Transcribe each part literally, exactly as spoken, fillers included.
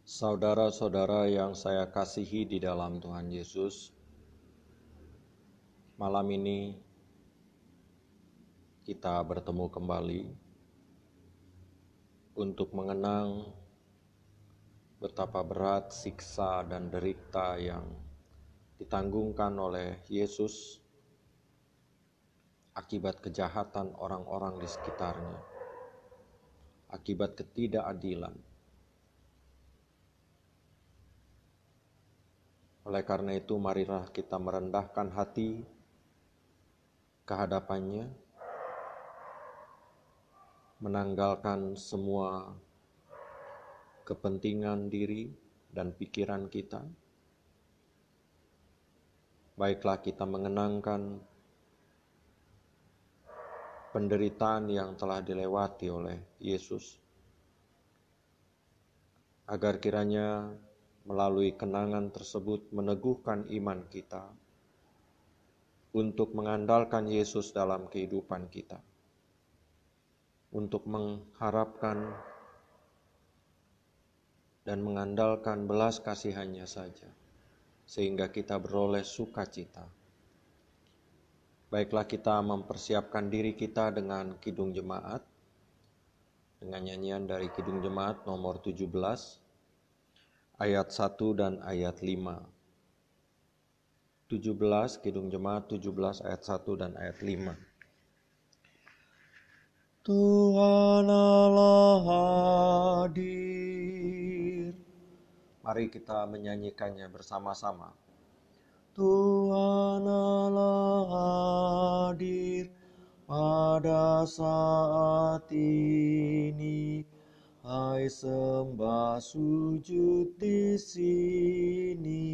Saudara-saudara yang saya kasihi di dalam Tuhan Yesus, malam ini kita bertemu kembali untuk mengenang betapa berat siksa dan derita yang ditanggungkan oleh Yesus akibat kejahatan orang-orang di sekitarnya, akibat ketidakadilan. Oleh karena itu, marilah kita merendahkan hati ke hadapannya, menanggalkan semua kepentingan diri dan pikiran kita. Baiklah kita mengenangkan penderitaan yang telah dilewati oleh Yesus, agar kiranya melalui kenangan tersebut meneguhkan iman kita untuk mengandalkan Yesus dalam kehidupan kita, untuk mengharapkan dan mengandalkan belas kasihannya saja, sehingga kita beroleh sukacita. Baiklah kita mempersiapkan diri kita dengan Kidung Jemaat, dengan nyanyian dari Kidung Jemaat nomor tujuh belas, ayat satu dan ayat lima. tujuh belas, Kidung Jemaat tujuh belas ayat satu dan ayat lima. Tuhan Allah hadir. Mari kita menyanyikannya bersama-sama. Tuhan Allah hadir pada saat ini. Hai sembah sujud di sini,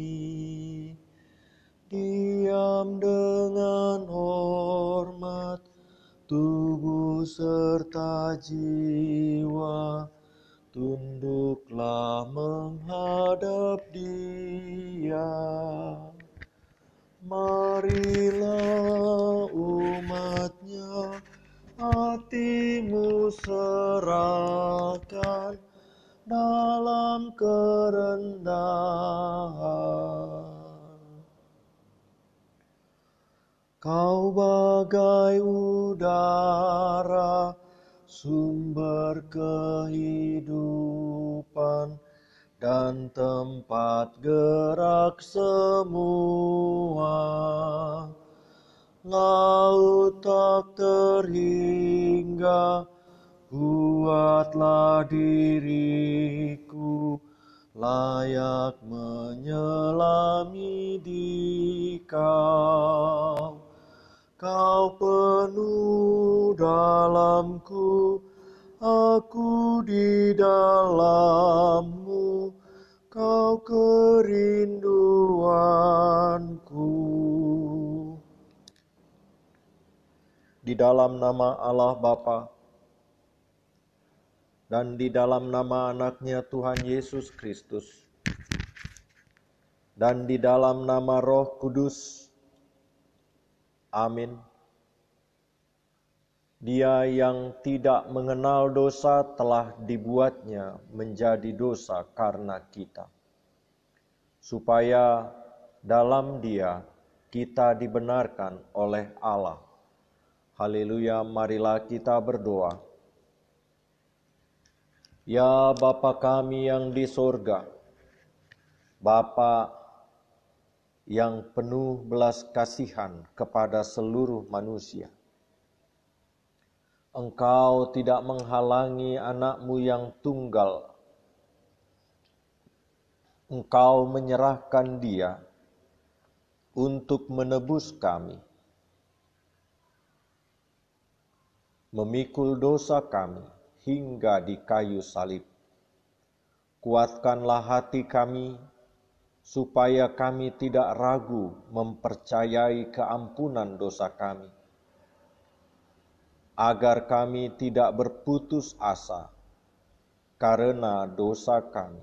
diam dengan hormat, tubuh serta jiwa, tunduklah menghadap Dia. Marilah umatnya, hatimu serahkan dalam kerendahan. Kau bagai udara, sumber kehidupan dan tempat gerak semua. Laut tak terhingga, buatlah diriku layak menyelami di Kau. Kau penuh dalamku, aku di dalammu, Kau kerinduanku. Di dalam nama Allah Bapa dan di dalam nama anaknya Tuhan Yesus Kristus dan di dalam nama Roh Kudus. Amin. Dia yang tidak mengenal dosa telah dibuatnya menjadi dosa karena kita, supaya dalam Dia kita dibenarkan oleh Allah. Haleluya, marilah kita berdoa. Ya Bapa kami yang di sorga, Bapa yang penuh belas kasihan kepada seluruh manusia, Engkau tidak menghalangi anak-Mu yang tunggal. Engkau menyerahkan Dia untuk menebus kami, memikul dosa kami hingga di kayu salib. Kuatkanlah hati kami, supaya kami tidak ragu mempercayai keampunan dosa kami, agar kami tidak berputus asa karena dosa kami.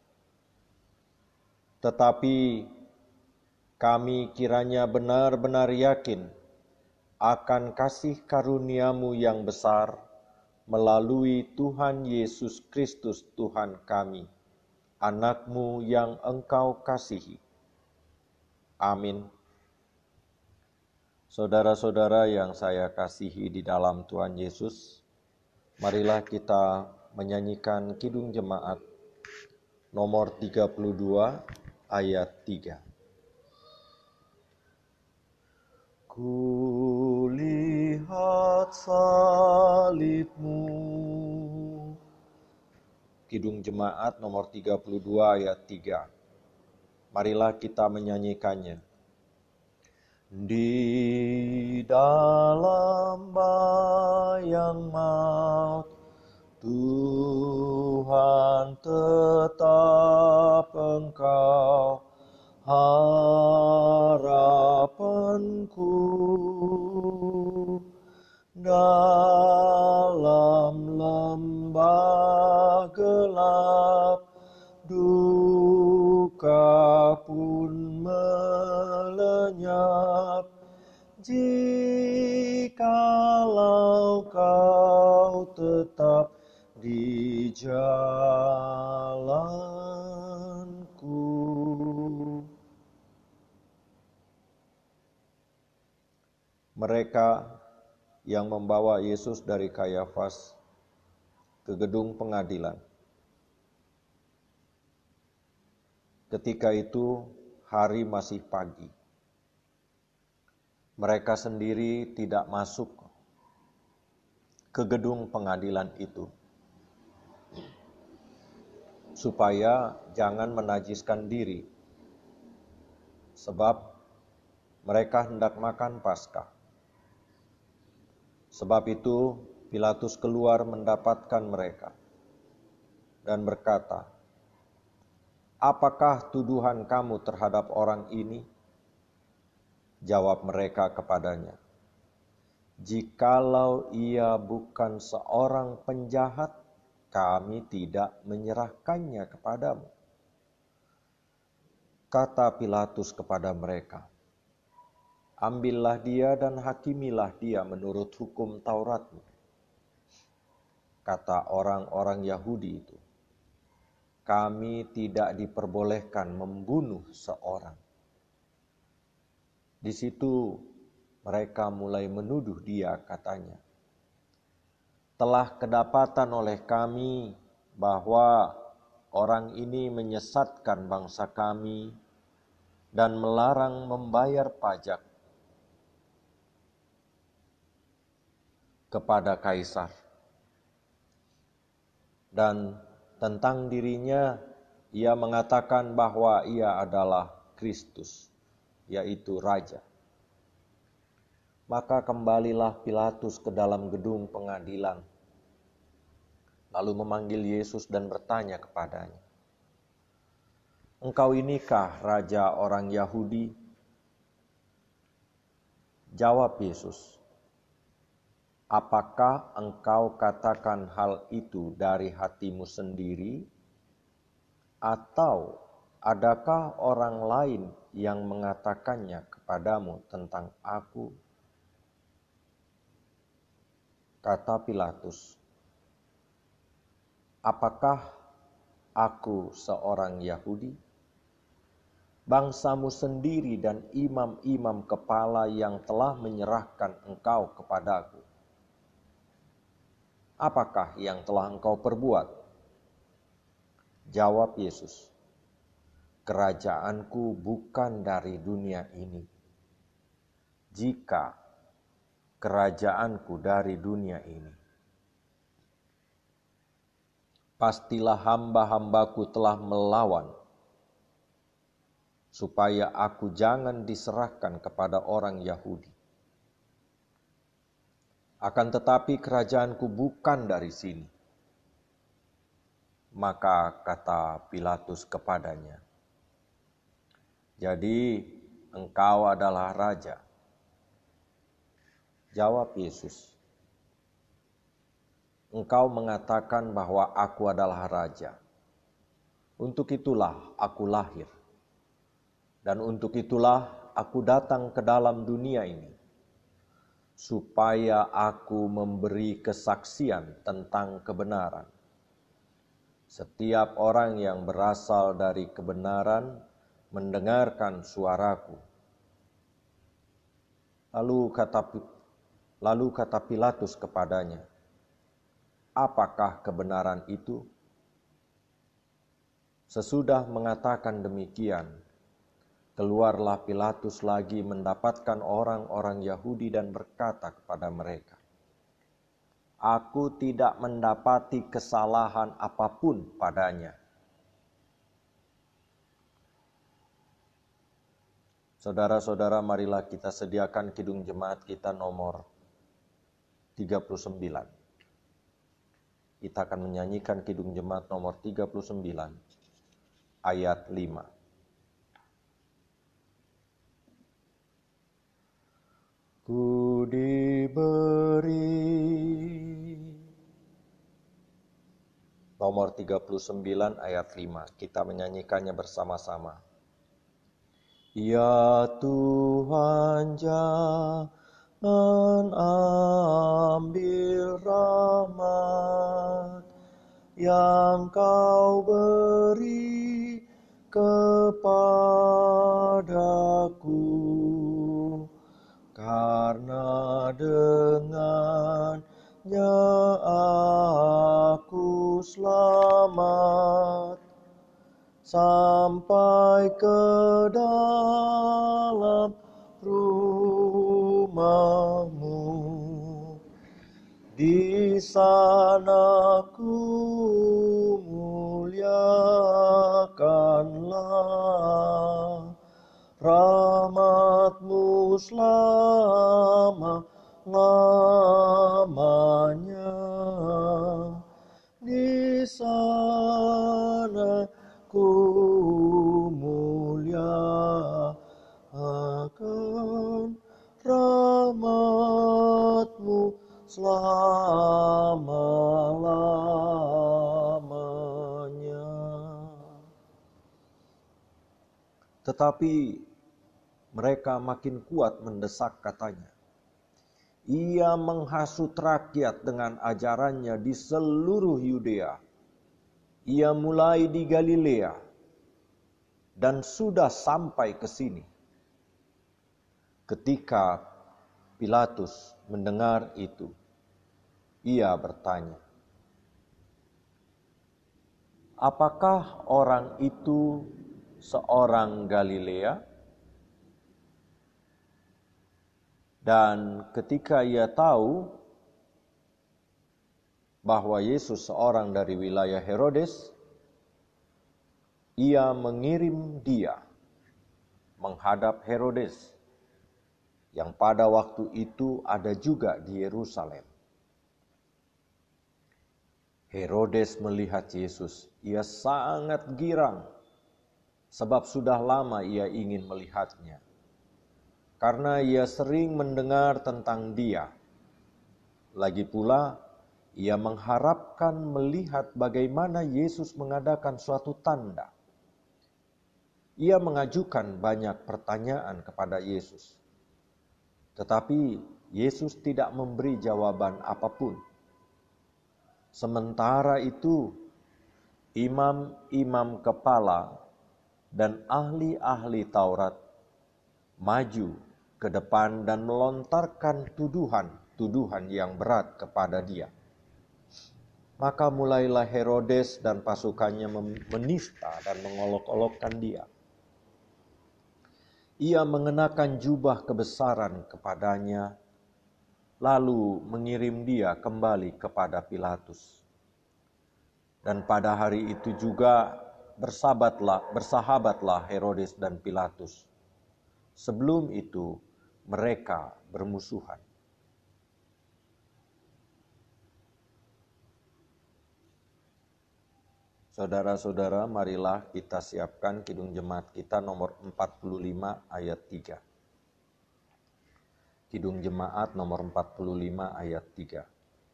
Tetapi kami kiranya benar-benar yakin akan kasih karunia-Mu yang besar melalui Tuhan Yesus Kristus Tuhan kami. Anak-Mu yang Engkau kasihi. Amin. Saudara-saudara yang saya kasihi di dalam Tuhan Yesus, marilah kita menyanyikan Kidung Jemaat nomor tiga puluh dua ayat tiga. Kulihat salib-Mu. Kidung Jemaat nomor tiga puluh dua ayat tiga. Marilah kita menyanyikannya. Di dalam bayang maut, Tuhan tetap Engkau harapanku. Dalam lembah gelap, duka pun melenyap, jikalau Kau tetap di jalanku. Mereka yang membawa Yesus dari Kayafas ke gedung pengadilan. Ketika itu hari masih pagi. Mereka sendiri tidak masuk ke gedung pengadilan itu, supaya jangan menajiskan diri, sebab mereka hendak makan Paskah. Sebab itu Pilatus keluar mendapatkan mereka dan berkata, "Apakah tuduhan kamu terhadap orang ini?" Jawab mereka kepadanya, "Jikalau ia bukan seorang penjahat, kami tidak menyerahkannya kepadamu." Kata Pilatus kepada mereka, "Ambillah dia dan hakimilah dia menurut hukum Tauratmu." Kata orang-orang Yahudi itu, "Kami tidak diperbolehkan membunuh seorang." Di situ mereka mulai menuduh dia, katanya, "Telah kedapatan oleh kami bahwa orang ini menyesatkan bangsa kami dan melarang membayar pajak kepada Kaisar. Dan tentang dirinya, ia mengatakan bahwa ia adalah Kristus, yaitu Raja." Maka kembalilah Pilatus ke dalam gedung pengadilan, lalu memanggil Yesus dan bertanya kepadanya, "Engkau inikah Raja orang Yahudi?" Jawab Yesus, "Apakah engkau katakan hal itu dari hatimu sendiri? Atau adakah orang lain yang mengatakannya kepadamu tentang aku?" Kata Pilatus, "Apakah aku seorang Yahudi? Bangsamu sendiri dan imam-imam kepala yang telah menyerahkan engkau kepadaku. Apakah yang telah engkau perbuat?" Jawab Yesus, "Kerajaanku bukan dari dunia ini. Jika kerajaanku dari dunia ini, pastilah hamba-hambaku telah melawan, supaya aku jangan diserahkan kepada orang Yahudi. Akan tetapi kerajaanku bukan dari sini." Maka kata Pilatus kepadanya, "Jadi engkau adalah raja?" Jawab Yesus, "Engkau mengatakan bahwa aku adalah raja. Untuk itulah aku lahir, dan untuk itulah aku datang ke dalam dunia ini, supaya aku memberi kesaksian tentang kebenaran. Setiap orang yang berasal dari kebenaran mendengarkan suaraku. Lalu kata, lalu kata Pilatus kepadanya, apakah kebenaran itu? Sesudah mengatakan demikian, keluarlah Pilatus lagi mendapatkan orang-orang Yahudi dan berkata kepada mereka, aku tidak mendapati kesalahan apapun padanya. Saudara-saudara, marilah kita sediakan kidung jemaat kita nomor tiga puluh sembilan. Kita akan menyanyikan kidung jemaat nomor tiga puluh sembilan, ayat lima. Ku diberi. Nomor tiga puluh sembilan, ayat lima. Kita menyanyikannya bersama-sama. Ya Tuhan, jangan ambil rahmat yang Kau beri kepadaku, karena dengannya aku selamat sampai ke dalam rumah-Mu. Di sana ku muliakanlah rahmat-Mu selama-lamanya. Di sana ku muliakan rahmat-Mu selama-lamanya. Tetapi mereka makin kuat mendesak, katanya. Ia menghasut rakyat dengan ajarannya di seluruh Yudea. Ia mulai di Galilea dan sudah sampai ke sini. Ketika Pilatus mendengar itu, ia bertanya, apakah orang itu seorang Galilea? Dan ketika ia tahu bahwa Yesus seorang dari wilayah Herodes, ia mengirim dia menghadap Herodes, yang pada waktu itu ada juga di Yerusalem. Herodes melihat Yesus, ia sangat girang, sebab sudah lama ia ingin melihatnya. Karena ia sering mendengar tentang dia. Lagi pula, ia mengharapkan melihat bagaimana Yesus mengadakan suatu tanda. Ia mengajukan banyak pertanyaan kepada Yesus. Tetapi Yesus tidak memberi jawaban apapun. Sementara itu, imam-imam kepala dan ahli-ahli Taurat maju ke depan dan melontarkan tuduhan-tuduhan yang berat kepada dia. Maka mulailah Herodes dan pasukannya menista dan mengolok-olokkan dia. Ia mengenakan jubah kebesaran kepadanya, lalu mengirim dia kembali kepada Pilatus. Dan pada hari itu juga bersahabatlah, bersahabatlah Herodes dan Pilatus. Sebelum itu mereka bermusuhan. Saudara-saudara, marilah kita siapkan kidung jemaat kita nomor empat puluh lima ayat tiga. Kidung jemaat nomor empat puluh lima ayat tiga.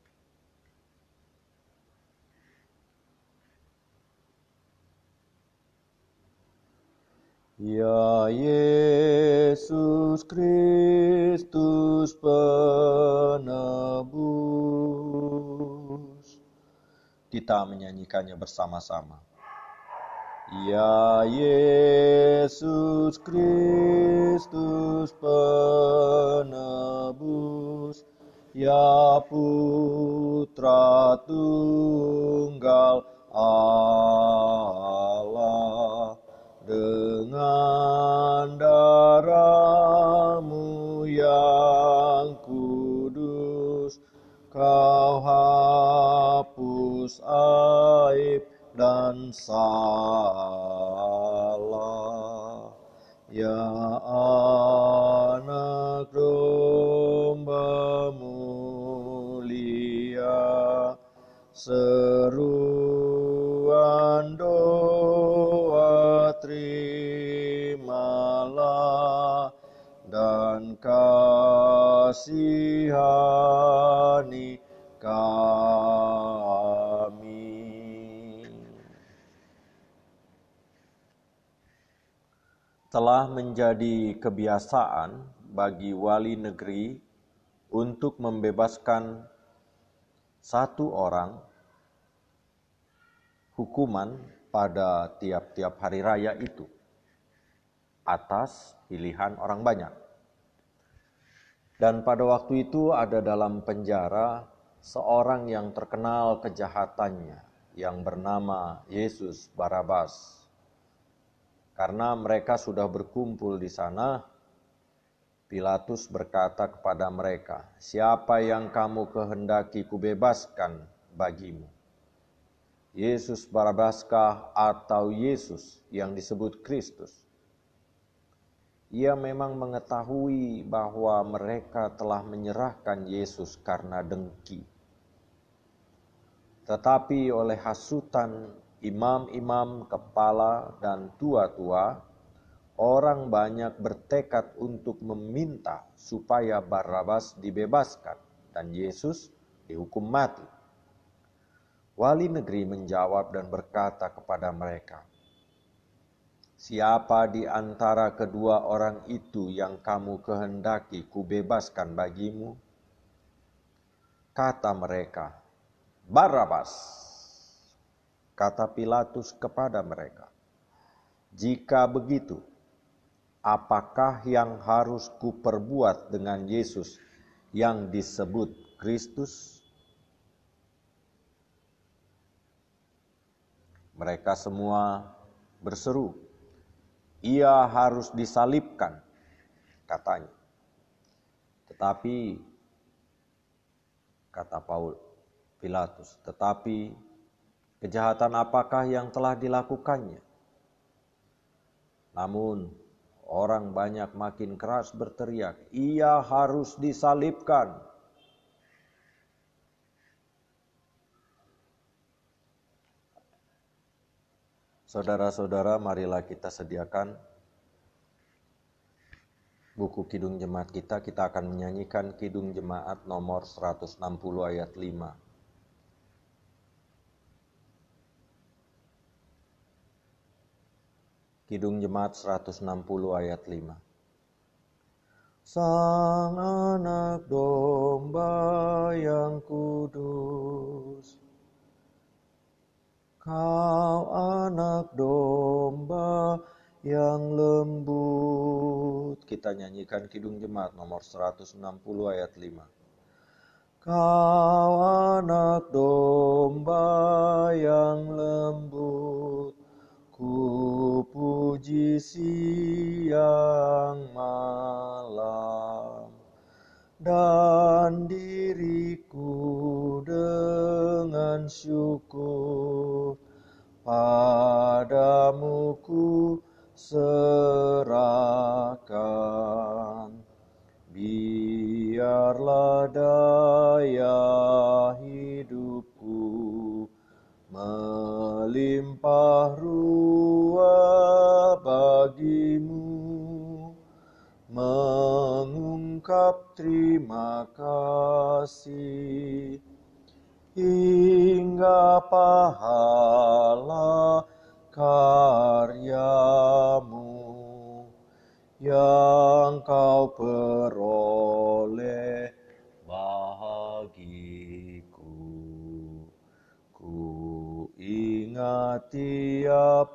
Ya Yesus Kristus penebus, Kita menyanyikannya bersama-sama. Ya Yesus Kristus penebus, ya Putra Tunggal Allah, dengan darah-Mu yang kudus, Kau hapus aib dan salah. Ya Anak Domba mulia, seruan doa terimalah, dan kasihani kami. Telah menjadi kebiasaan bagi wali negeri untuk membebaskan satu orang hukuman pada tiap-tiap hari raya itu atas pilihan orang banyak. Dan pada waktu itu ada dalam penjara seorang yang terkenal kejahatannya yang bernama Yesus Barabas. Karena mereka sudah berkumpul di sana, Pilatus berkata kepada mereka, "Siapa yang kamu kehendaki kubebaskan bagimu? Yesus Barabaskah atau Yesus yang disebut Kristus?" Ia memang mengetahui bahwa mereka telah menyerahkan Yesus karena dengki. Tetapi oleh hasutan imam-imam kepala dan tua-tua, orang banyak bertekad untuk meminta supaya Barabas dibebaskan dan Yesus dihukum mati. Wali negeri menjawab dan berkata kepada mereka, "Siapa di antara kedua orang itu yang kamu kehendaki kubebaskan bagimu?" Kata mereka, "Barabas." Kata Pilatus kepada mereka, "Jika begitu, apakah yang harus kuperbuat dengan Yesus yang disebut Kristus?" Mereka semua berseru, "Ia harus disalibkan," katanya. Tetapi, kata Paul Pilatus, "Tetapi kejahatan apakah yang telah dilakukannya?" Namun orang banyak makin keras berteriak, "Ia harus disalibkan." Saudara-saudara, marilah kita sediakan buku Kidung Jemaat kita. Kita akan menyanyikan Kidung Jemaat nomor seratus enam puluh ayat lima. Kidung Jemaat seratus enam puluh ayat lima. Sang Anak Domba yang kudus, Kau Anak Domba yang lembut. Kita nyanyikan Kidung Jemaat nomor seratus enam puluh ayat lima. Kau Anak Domba yang lembut, ku puji siang malam, dan diriku dengan syukur padamu ku serahkan. Biarlah daya hidupku melimpah ruah bagimu, mengungkap terima kasih hingga pahala karyamu yang kau peroleh bagiku. Ku dunia tiap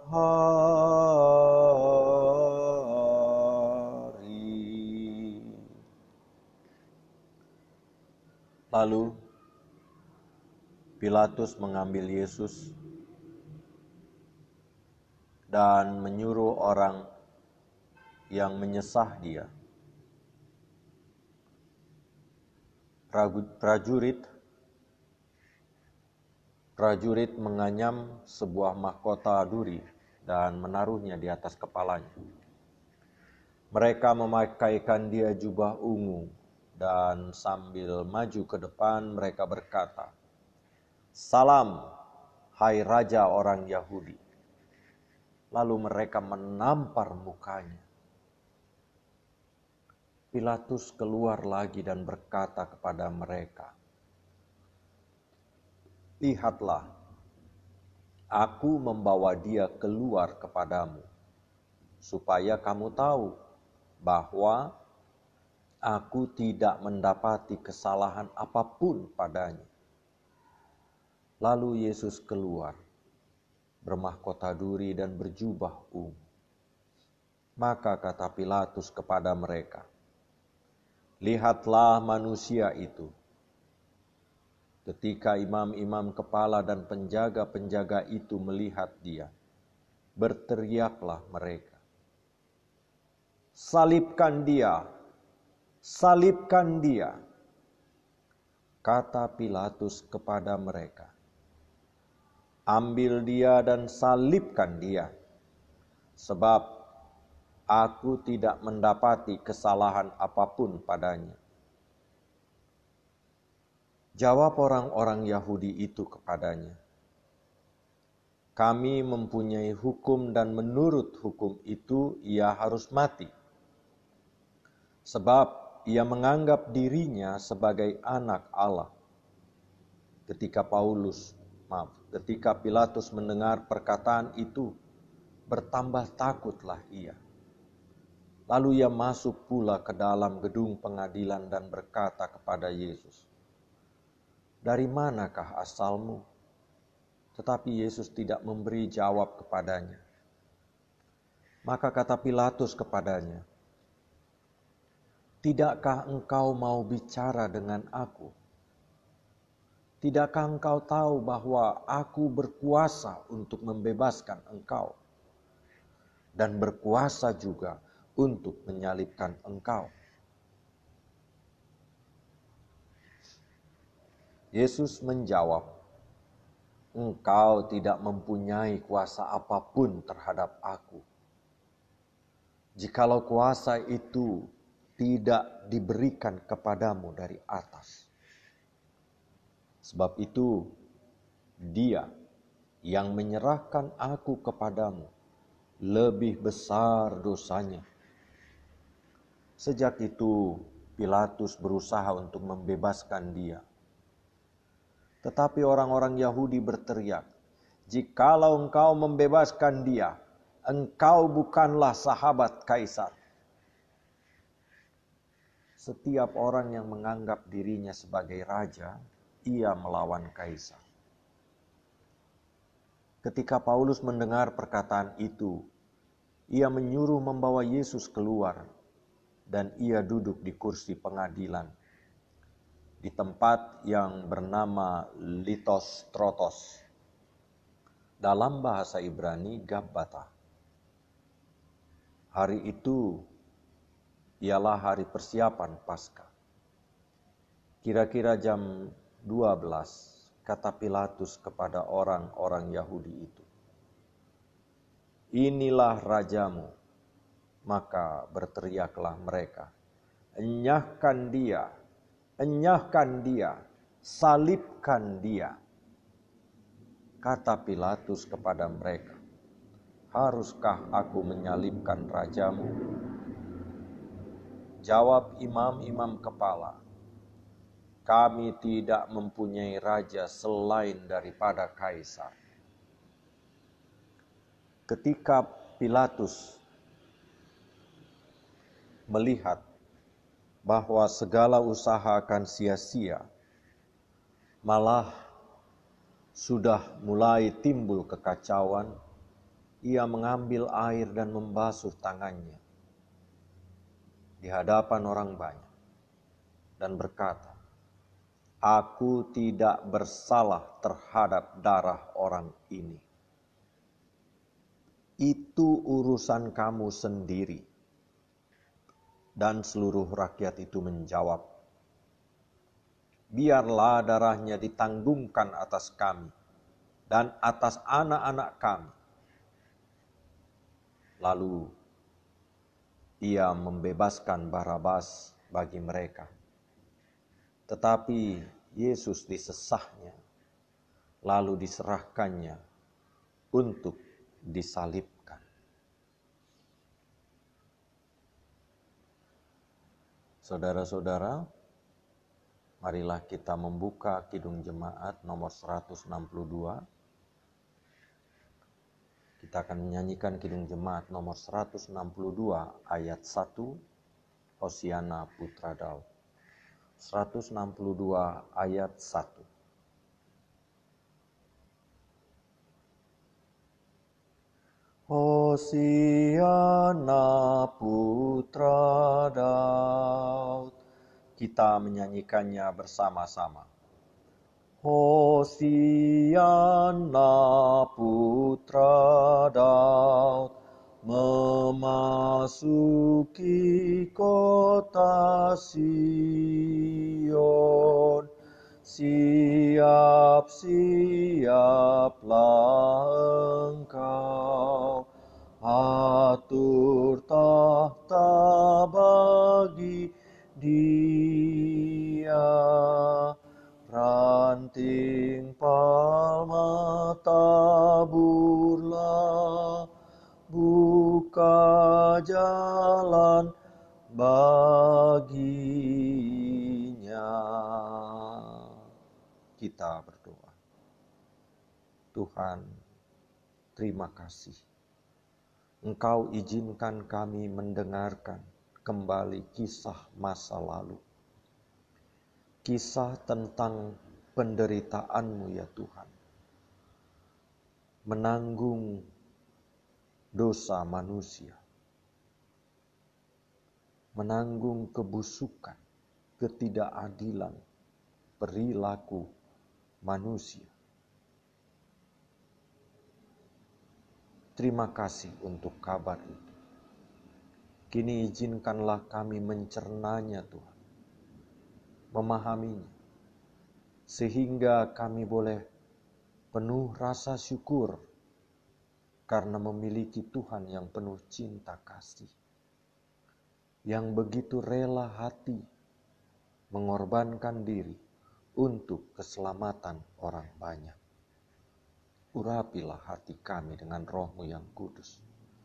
hari. Lalu Pilatus mengambil Yesus dan menyuruh orang yang menyesah dia. Prajurit prajurit menganyam sebuah mahkota duri dan menaruhnya di atas kepalanya. Mereka memakaikan dia jubah ungu dan sambil maju ke depan mereka berkata, "Salam, hai Raja orang Yahudi." Lalu mereka menampar mukanya. Pilatus keluar lagi dan berkata kepada mereka, "Lihatlah, aku membawa dia keluar kepadamu, supaya kamu tahu bahwa aku tidak mendapati kesalahan apapun padanya." Lalu Yesus keluar, bermahkota duri dan berjubah ungu. Maka kata Pilatus kepada mereka, "Lihatlah manusia itu." Ketika imam-imam kepala dan penjaga-penjaga itu melihat dia, berteriaklah mereka, "Salibkan dia! Salibkan dia!" Kata Pilatus kepada mereka, "Ambil dia dan salibkan dia, sebab aku tidak mendapati kesalahan apapun padanya." Jawab orang-orang Yahudi itu kepadanya, "Kami mempunyai hukum dan menurut hukum itu ia harus mati. Sebab ia menganggap dirinya sebagai anak Allah." Ketika Paulus, maaf, ketika Pilatus mendengar perkataan itu, bertambah takutlah ia. Lalu ia masuk pula ke dalam gedung pengadilan dan berkata kepada Yesus, "Dari manakah asalmu?" Tetapi Yesus tidak memberi jawab kepadanya. Maka kata Pilatus kepadanya, "Tidakkah engkau mau bicara dengan aku? Tidakkah engkau tahu bahwa aku berkuasa untuk membebaskan engkau dan berkuasa juga untuk menyalibkan engkau?" Yesus menjawab, "Engkau tidak mempunyai kuasa apapun terhadap aku, jikalau kuasa itu tidak diberikan kepadamu dari atas. Sebab itu, Dia yang menyerahkan aku kepadamu lebih besar dosanya." Sejak itu, Pilatus berusaha untuk membebaskan dia. Tetapi orang-orang Yahudi berteriak, "Jikalau engkau membebaskan dia, engkau bukanlah sahabat Kaisar." Setiap orang yang menganggap dirinya sebagai raja, ia melawan Kaisar. Ketika Paulus mendengar perkataan itu, ia menyuruh membawa Yesus keluar, dan ia duduk di kursi pengadilan di tempat yang bernama Litos Trotos, dalam bahasa Ibrani Gabbata. Hari itu ialah hari persiapan Paskah. Kira-kira jam dua belas, kata Pilatus kepada orang-orang Yahudi itu, "Inilah rajamu." Maka berteriaklah mereka, "Enyahkan dia! Enyahkan dia, salibkan dia." Kata Pilatus kepada mereka, "Haruskah aku menyalibkan rajamu?" Jawab imam-imam kepala, "Kami tidak mempunyai raja selain daripada Kaisar." Ketika Pilatus melihat bahwa segala usaha akan sia-sia, malah sudah mulai timbul kekacauan, ia mengambil air dan membasuh tangannya di hadapan orang banyak dan berkata, "Aku tidak bersalah terhadap darah orang ini. Itu urusan kamu sendiri." Dan seluruh rakyat itu menjawab, "Biarlah darahnya ditanggungkan atas kami dan atas anak-anak kami." Lalu ia membebaskan Barabas bagi mereka. Tetapi Yesus disesahnya, lalu diserahkannya untuk disalibkan. Saudara-saudara, marilah kita membuka Kidung Jemaat nomor seratus enam puluh dua. Kita akan menyanyikan Kidung Jemaat nomor seratus enam puluh dua ayat satu, Hosiana Putra Daud. seratus enam puluh dua ayat satu. Hosiana Putra Daud. Kita menyanyikannya bersama-sama. Hosiana Putra Daud, memasuki kota Sion. Siap-siaplah engkau, atur tahta bagi Dia. Ranting palma taburlah, buka jalan baginya. Kita berdoa. Tuhan, terima kasih. Engkau izinkan kami mendengarkan kembali kisah masa lalu. Kisah tentang penderitaanmu ya Tuhan. Menanggung dosa manusia. Menanggung kebusukan, ketidakadilan, perilaku manusia. Terima kasih untuk kabar itu. Kini izinkanlah kami mencernanya Tuhan. Memahaminya, sehingga kami boleh penuh rasa syukur karena memiliki Tuhan yang penuh cinta kasih, yang begitu rela hati mengorbankan diri untuk keselamatan orang banyak. Urapilah hati kami dengan Roh-Mu yang kudus,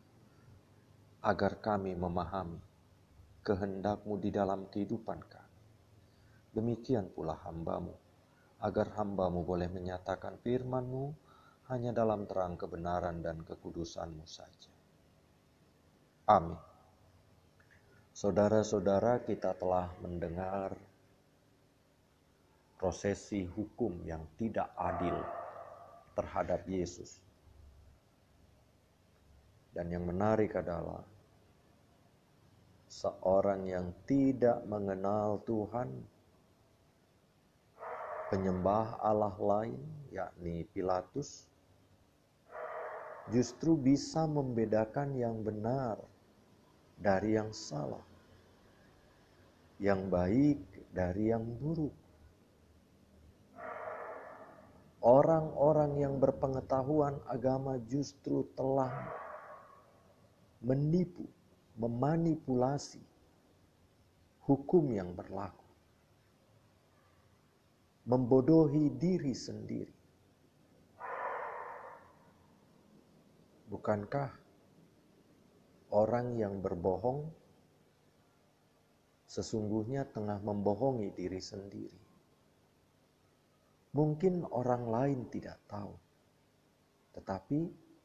agar kami memahami kehendak-Mu di dalam kehidupan kami. Demikian pula hamba-Mu, agar hamba-Mu boleh menyatakan firman-Mu hanya dalam terang kebenaran dan kekudusan-Mu saja. Amin. Saudara-saudara, kita telah mendengar prosesi hukum yang tidak adil terhadap Yesus. Dan yang menarik adalah seorang yang tidak mengenal Tuhan, penyembah Allah lain, yakni Pilatus, justru bisa membedakan yang benar dari yang salah, yang baik dari yang buruk. Orang-orang yang berpengetahuan agama justru telah menipu, memanipulasi hukum yang berlaku, membodohi diri sendiri. Bukankah orang yang berbohong sesungguhnya tengah membohongi diri sendiri? Mungkin orang lain tidak tahu, tetapi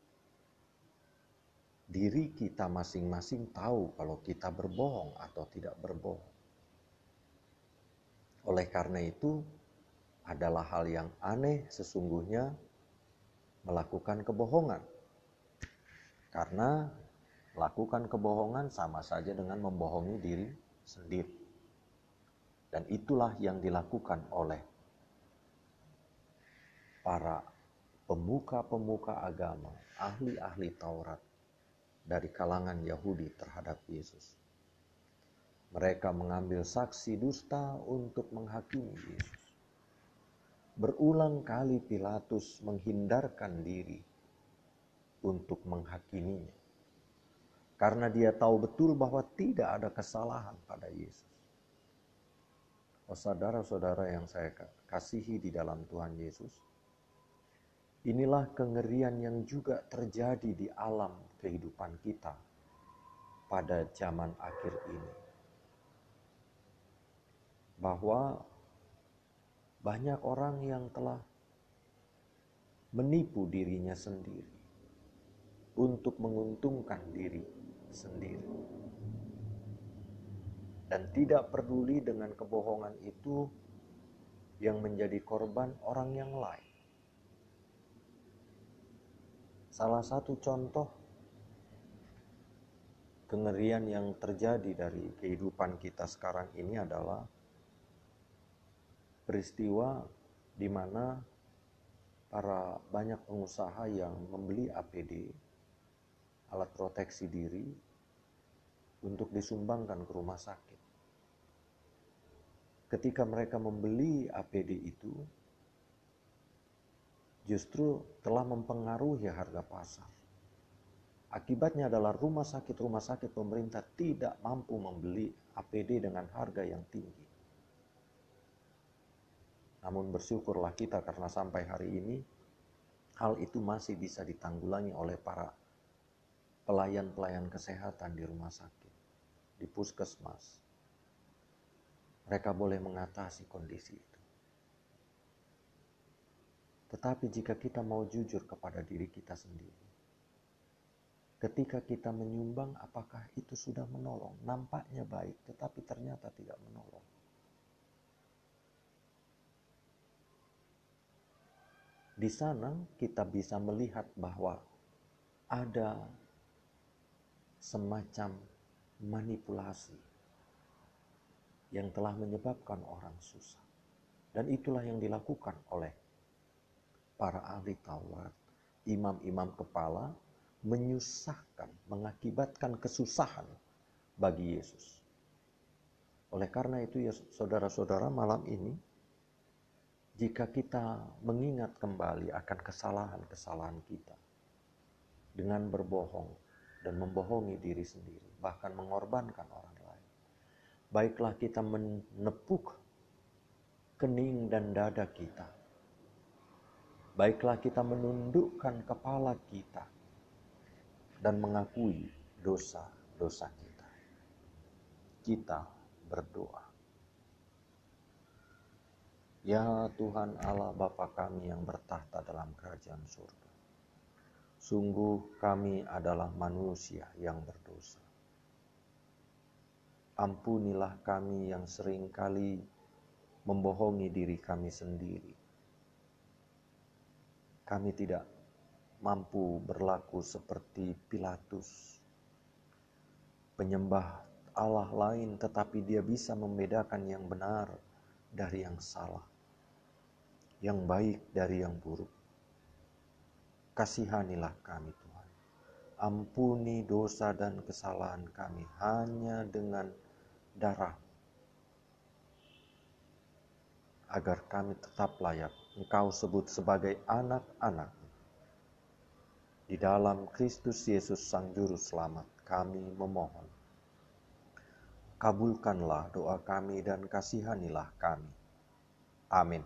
diri kita masing-masing tahu kalau kita berbohong atau tidak berbohong. Oleh karena itu, adalah hal yang aneh sesungguhnya melakukan kebohongan. Karena melakukan kebohongan sama saja dengan membohongi diri sendiri. Dan itulah yang dilakukan oleh para pemuka-pemuka agama, ahli-ahli Taurat dari kalangan Yahudi terhadap Yesus. Mereka mengambil saksi dusta untuk menghakimi Yesus. Berulang kali Pilatus menghindarkan diri untuk menghakiminya. Karena dia tahu betul bahwa tidak ada kesalahan pada Yesus. Oh saudara-saudara yang saya kasihi di dalam Tuhan Yesus, inilah kengerian yang juga terjadi di alam kehidupan kita pada zaman akhir ini. Bahwa banyak orang yang telah menipu dirinya sendiri untuk menguntungkan diri sendiri. Dan tidak peduli dengan kebohongan itu yang menjadi korban orang yang lain. Salah satu contoh kengerian yang terjadi dari kehidupan kita sekarang ini adalah peristiwa di mana para banyak pengusaha yang membeli A P D, alat proteksi diri, untuk disumbangkan ke rumah sakit. Ketika mereka membeli A P D itu, justru telah mempengaruhi harga pasar. Akibatnya adalah rumah sakit-rumah sakit pemerintah tidak mampu membeli A P D dengan harga yang tinggi. Namun bersyukurlah kita karena sampai hari ini hal itu masih bisa ditanggulangi oleh para pelayan-pelayan kesehatan di rumah sakit, di puskesmas. Mereka boleh mengatasi kondisi itu. Tetapi jika kita mau jujur kepada diri kita sendiri, ketika kita menyumbang, apakah itu sudah menolong? Nampaknya baik, tetapi ternyata tidak menolong. Di sana kita bisa melihat bahwa ada semacam manipulasi yang telah menyebabkan orang susah. Dan itulah yang dilakukan oleh para ahli Taurat, imam-imam kepala, menyusahkan, mengakibatkan kesusahan bagi Yesus. Oleh karena itu ya saudara-saudara, malam ini jika kita mengingat kembali akan kesalahan-kesalahan kita dengan berbohong dan membohongi diri sendiri, bahkan mengorbankan orang lain, baiklah kita menepuk kening dan dada kita. Baiklah kita menundukkan kepala kita dan mengakui dosa-dosa kita. Kita berdoa. Ya Tuhan Allah Bapa kami yang bertahta dalam kerajaan surga. Sungguh kami adalah manusia yang berdosa. Ampunilah kami yang seringkali membohongi diri kami sendiri. Kami tidak mampu berlaku seperti Pilatus, penyembah Allah lain, tetapi dia bisa membedakan yang benar dari yang salah, yang baik dari yang buruk. Kasihanilah kami Tuhan. Ampuni dosa dan kesalahan kami hanya dengan darah, agar kami tetap layak Engkau sebut sebagai anak-anak. Di dalam Kristus Yesus Sang Juru Selamat kami memohon. Kabulkanlah doa kami dan kasihanilah kami. Amin.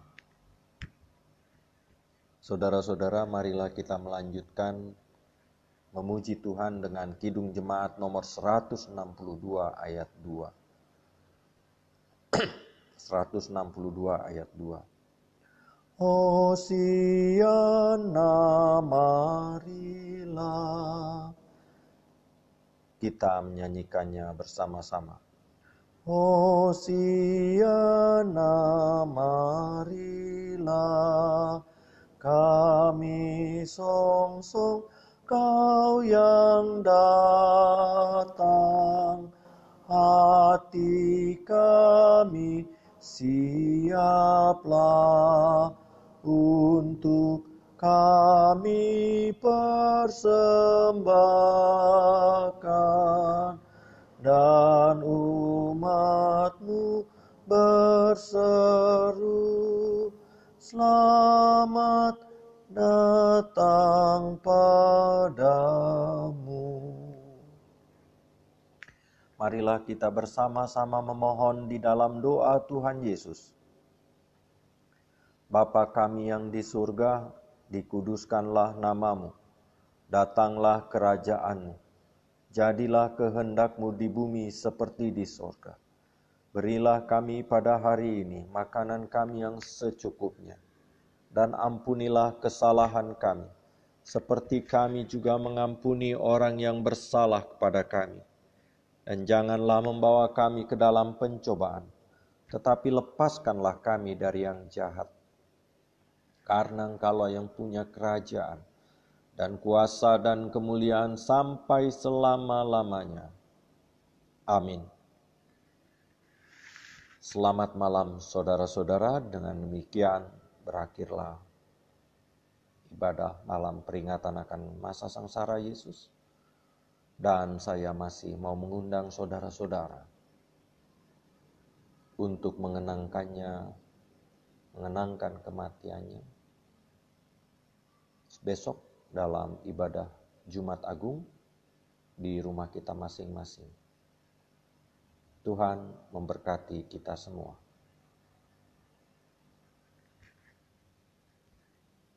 Saudara-saudara, marilah kita melanjutkan memuji Tuhan dengan Kidung Jemaat nomor seratus enam puluh dua ayat dua. seratus enam puluh dua ayat dua. Hosiana, marilah kita menyanyikannya bersama-sama. Hosiana, marilah marilah kami songsong Kau yang datang. Hati kami siaplah untuk kami persembahkan, dan umat-Mu berseru, selamat datang padamu. Marilah kita bersama-sama memohon di dalam doa Tuhan Yesus. Bapa kami yang di surga, dikuduskanlah namamu. Datanglah kerajaan-Mu. Jadilah kehendak-Mu di bumi seperti di surga. Berilah kami pada hari ini makanan kami yang secukupnya. Dan ampunilah kesalahan kami, seperti kami juga mengampuni orang yang bersalah kepada kami. Dan janganlah membawa kami ke dalam pencobaan, tetapi lepaskanlah kami dari yang jahat. Karena Engkaulah yang punya kerajaan, dan kuasa dan kemuliaan sampai selama-lamanya. Amin. Selamat malam saudara-saudara, dengan demikian berakhirlah ibadah malam peringatan akan masa sengsara Yesus. Dan saya masih mau mengundang saudara-saudara untuk mengenangkannya, mengenangkan kematiannya. Besok dalam ibadah Jumat Agung di rumah kita masing-masing. Tuhan memberkati kita semua.